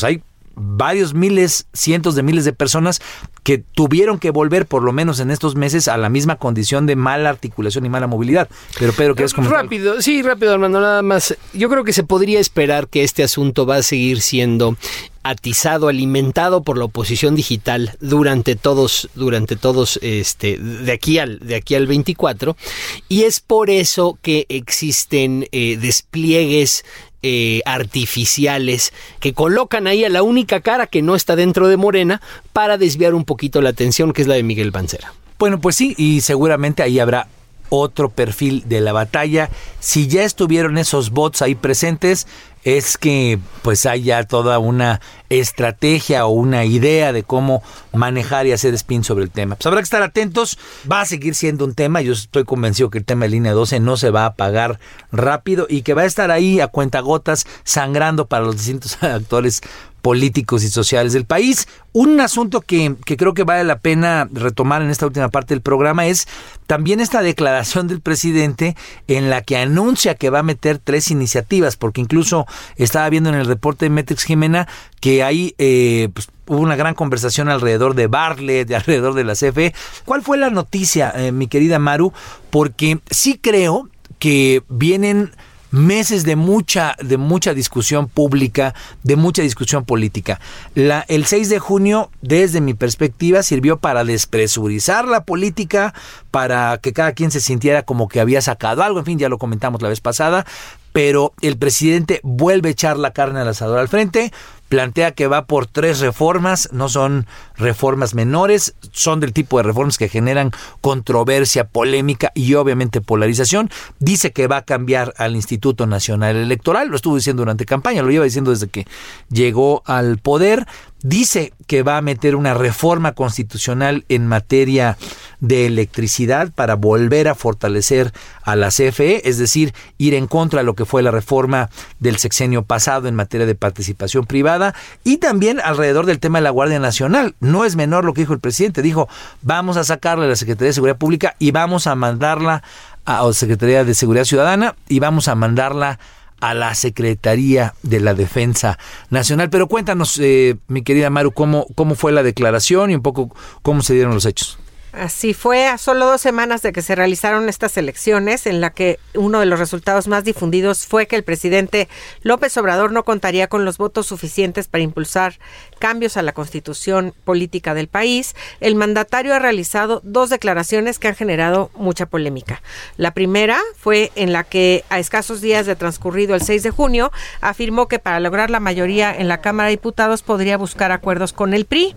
varios miles, cientos de miles de personas que tuvieron que volver, por lo menos en estos meses, a la misma condición de mala articulación y mala movilidad. Pero Pedro, ¿quieres comentar? Rápido, sí, rápido, Armando, nada más. Yo creo que se podría esperar que este asunto va a seguir siendo atizado, alimentado por la oposición digital durante todos, durante todos, este, de aquí al, de aquí al veinticuatro, y es por eso que existen eh, despliegues Eh, artificiales que colocan ahí a la única cara que no está dentro de Morena para desviar un poquito la atención, que es la de Miguel Mancera. Bueno, pues sí, y seguramente ahí habrá otro perfil de la batalla. Si ya estuvieron esos bots ahí presentes, es que pues hay ya toda una estrategia o una idea de cómo manejar y hacer spin sobre el tema. Pues habrá que estar atentos, va a seguir siendo un tema, yo estoy convencido que el tema de línea doce no se va a apagar rápido y que va a estar ahí a cuentagotas sangrando para los distintos actores políticos y sociales del país. Un asunto que, que creo que vale la pena retomar en esta última parte del programa es también esta declaración del presidente en la que anuncia que va a meter tres iniciativas, porque incluso estaba viendo en el reporte de Metrix Jimena que ahí eh, pues, hubo una gran conversación alrededor de Bartlett, alrededor de la C F E. ¿Cuál fue la noticia, eh, mi querida Maru? Porque sí creo que vienen meses de mucha, de mucha discusión pública, de mucha discusión política. La, el seis de junio, desde mi perspectiva, sirvió para despresurizar la política, para que cada quien se sintiera como que había sacado algo, en fin, ya lo comentamos la vez pasada, pero el presidente vuelve a echar la carne al asador al frente, plantea que va por tres reformas, no son reformas menores, son del tipo de reformas que generan controversia, polémica y obviamente polarización. Dice que va a cambiar al Instituto Nacional Electoral, lo estuvo diciendo durante campaña, lo lleva diciendo desde que llegó al poder. Dice que va a meter una reforma constitucional en materia de electricidad para volver a fortalecer a la C F E, es decir, ir en contra de lo que fue la reforma del sexenio pasado en materia de participación privada, y también alrededor del tema de la Guardia Nacional. No es menor lo que dijo el presidente, dijo, vamos a sacarle a la Secretaría de Seguridad Pública y vamos a mandarla a la Secretaría de Seguridad Ciudadana y vamos a mandarla a la Secretaría de la Defensa Nacional. Pero cuéntanos, eh, mi querida Maru, cómo, cómo fue la declaración y un poco cómo se dieron los hechos. Así fue, a solo dos semanas de que se realizaron estas elecciones, en la que uno de los resultados más difundidos fue que el presidente López Obrador no contaría con los votos suficientes para impulsar cambios a la constitución política del país. El mandatario ha realizado dos declaraciones que han generado mucha polémica. La primera fue en la que, a escasos días de transcurrido el seis de junio, afirmó que para lograr la mayoría en la Cámara de Diputados podría buscar acuerdos con el P R I.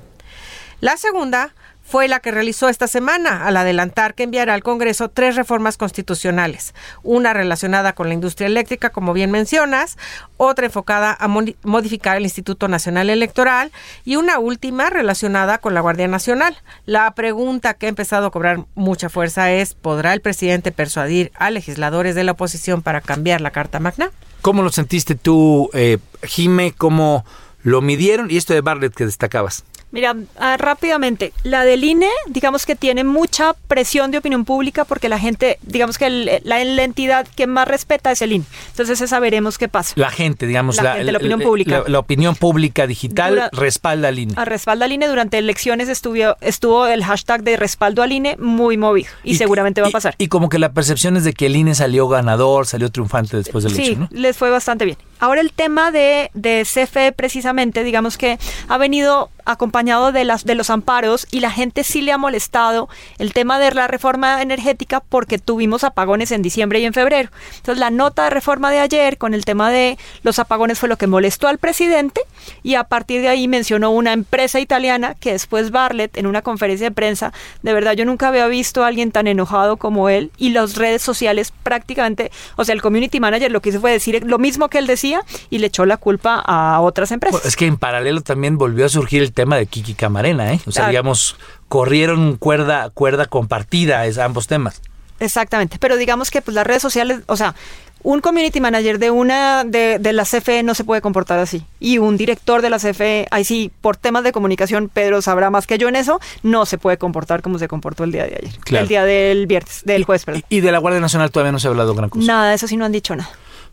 La segunda fue la que realizó esta semana, al adelantar que enviará al Congreso tres reformas constitucionales, una relacionada con la industria eléctrica, como bien mencionas, otra enfocada a modificar el Instituto Nacional Electoral y una última relacionada con la Guardia Nacional. La pregunta que ha empezado a cobrar mucha fuerza es, ¿podrá el presidente persuadir a legisladores de la oposición para cambiar la Carta Magna? ¿Cómo lo sentiste tú, eh, Jime? ¿Cómo lo midieron? Y esto de Bartlett que destacabas. Mira, ah, rápidamente, la del I N E, digamos que tiene mucha presión de opinión pública porque la gente, digamos que el, la, la entidad que más respeta es el I N E. Entonces esa veremos qué pasa. La gente, digamos, la, la, gente, la, la opinión la, pública. La, la opinión pública digital Dura, respalda al I N E. A respalda al I N E. Durante elecciones estuvo, estuvo el hashtag de respaldo al I N E muy movido y, y seguramente va a pasar. Y, y como que la percepción es de que el I N E salió ganador, salió triunfante después del sí, hecho, ¿no? Sí, les fue bastante bien. Ahora el tema de, de C F E precisamente, digamos que ha venido acompañado de, las, de los amparos y la gente sí le ha molestado el tema de la reforma energética porque tuvimos apagones en diciembre y en febrero. Entonces la nota de reforma de ayer con el tema de los apagones fue lo que molestó al presidente y a partir de ahí mencionó una empresa italiana que después Bartlett en una conferencia de prensa, de verdad yo nunca había visto a alguien tan enojado como él y las redes sociales prácticamente, o sea el community manager lo que hizo fue decir lo mismo que él decía y le echó la culpa a otras empresas. Bueno, es que en paralelo también volvió a surgir el tema de Kiki Camarena, ¿eh? O sea, claro. digamos, corrieron cuerda, cuerda compartida a ambos temas. Exactamente, pero digamos que pues las redes sociales, o sea, un community manager de una de, de la C F E no se puede comportar así. Y un director de la C F E, ahí sí, por temas de comunicación, Pedro sabrá más que yo en eso, no se puede comportar como se comportó el día de ayer. Claro. El día del viernes, del jueves, perdón. Y, y de la Guardia Nacional todavía no se ha hablado gran cosa. Nada, eso sí no han dicho nada.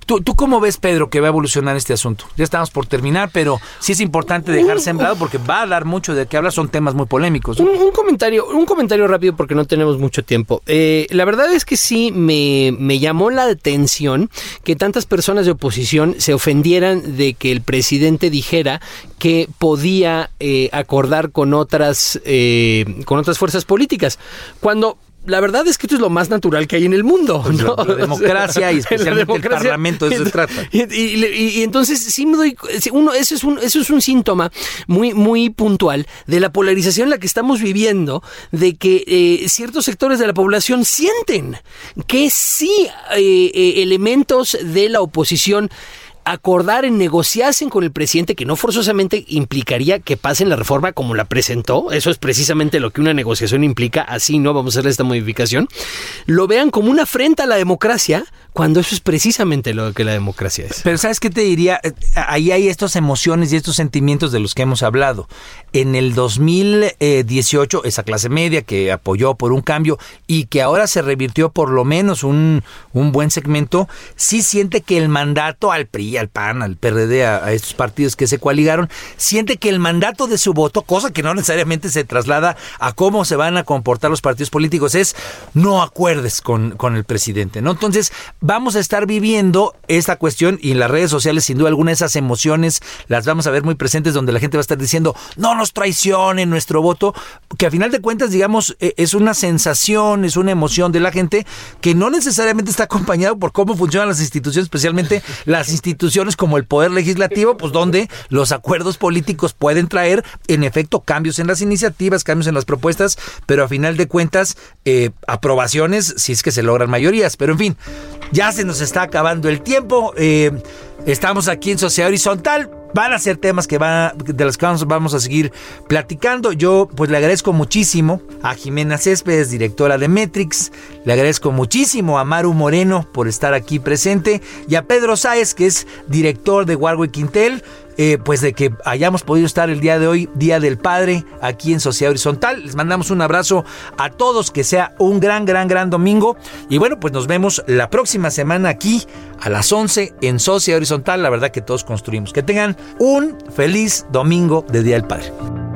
¿Tú, ¿Tú cómo ves, Pedro, que va a evolucionar este asunto? Ya estamos por terminar, pero sí es importante dejar sembrado porque va a dar mucho de qué hablar, son temas muy polémicos, ¿no? Un, un comentario, un comentario rápido porque no tenemos mucho tiempo. Eh, la verdad es que sí me, me llamó la atención que tantas personas de oposición se ofendieran de que el presidente dijera que podía eh, acordar con otras, eh, con otras fuerzas políticas, cuando la verdad es que esto es lo más natural que hay en el mundo, ¿no? La, la democracia y especialmente democracia, el parlamento, de eso se trata. Y, y, y, y entonces sí me doy, uno, eso es un, eso es un síntoma muy, muy puntual de la polarización en la que estamos viviendo, de que eh, ciertos sectores de la población sienten que sí eh, eh, elementos de la oposición acordar en negociasen con el presidente, que no forzosamente implicaría que pasen la reforma como la presentó, eso es precisamente lo que una negociación implica, así no vamos a hacer esta modificación, lo vean como una afrenta a la democracia, cuando eso es precisamente lo que la democracia es. Pero ¿sabes qué te diría? Ahí hay estas emociones y estos sentimientos de los que hemos hablado. En el dos mil dieciocho, esa clase media que apoyó por un cambio y que ahora se revirtió por lo menos un, un buen segmento, sí siente que el mandato al P R I, al P A N, al P R D, a, a estos partidos que se coaligaron, siente que el mandato de su voto, cosa que no necesariamente se traslada a cómo se van a comportar los partidos políticos, es no acuerdes con, con el presidente, ¿no? Entonces, vamos a estar viviendo esta cuestión y en las redes sociales, sin duda alguna, esas emociones las vamos a ver muy presentes, donde la gente va a estar diciendo, no nos traicionen nuestro voto, que a final de cuentas, digamos, es una sensación, es una emoción de la gente que no necesariamente está acompañado por cómo funcionan las instituciones, especialmente las instituciones como el Poder Legislativo, pues donde los acuerdos políticos pueden traer, en efecto, cambios en las iniciativas, cambios en las propuestas, pero a final de cuentas, eh, aprobaciones, si es que se logran mayorías. Pero en fin, ya se nos está acabando el tiempo. Eh, estamos aquí en Sociedad Horizontal. Van a ser temas que va, de los que vamos, vamos a seguir platicando. Yo pues le agradezco muchísimo a Jimena Céspedes, directora de Metrix. Le agradezco muchísimo a Maru Moreno por estar aquí presente. Y a Pedro Sáez, que es director de Warwick Intel. Eh, pues de que hayamos podido estar el día de hoy, Día del Padre, aquí en Sociedad Horizontal. Les mandamos un abrazo a todos, que sea un gran, gran, gran domingo. Y bueno, pues nos vemos la próxima semana aquí a las once en Sociedad Horizontal. La verdad que todos construimos. Que tengan un feliz domingo de Día del Padre.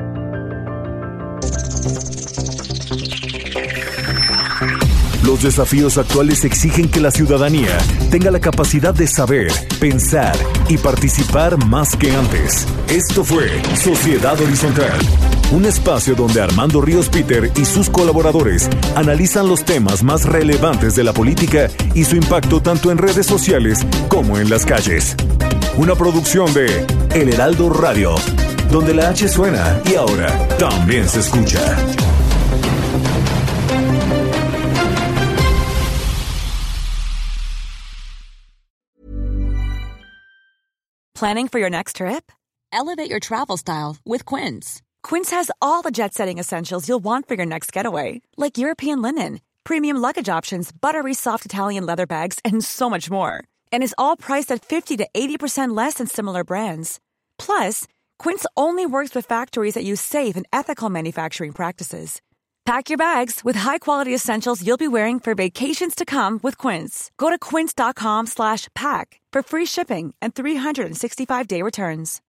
Los desafíos actuales exigen que la ciudadanía tenga la capacidad de saber, pensar y participar más que antes. Esto fue Sociedad Horizontal, un espacio donde Armando Ríos Peter y sus colaboradores analizan los temas más relevantes de la política y su impacto tanto en redes sociales como en las calles. Una producción de El Heraldo Radio, donde la H suena y ahora también se escucha. Planning for your next trip? Elevate your travel style with Quince. Quince has all the jet-setting essentials you'll want for your next getaway, like European linen, premium luggage options, buttery soft Italian leather bags, and so much more. And is all priced at fifty to eighty percent less than similar brands. Plus, Quince only works with factories that use safe and ethical manufacturing practices. Pack your bags with high-quality essentials you'll be wearing for vacations to come with Quince. Go to quince.com slash pack for free shipping and three sixty-five day returns.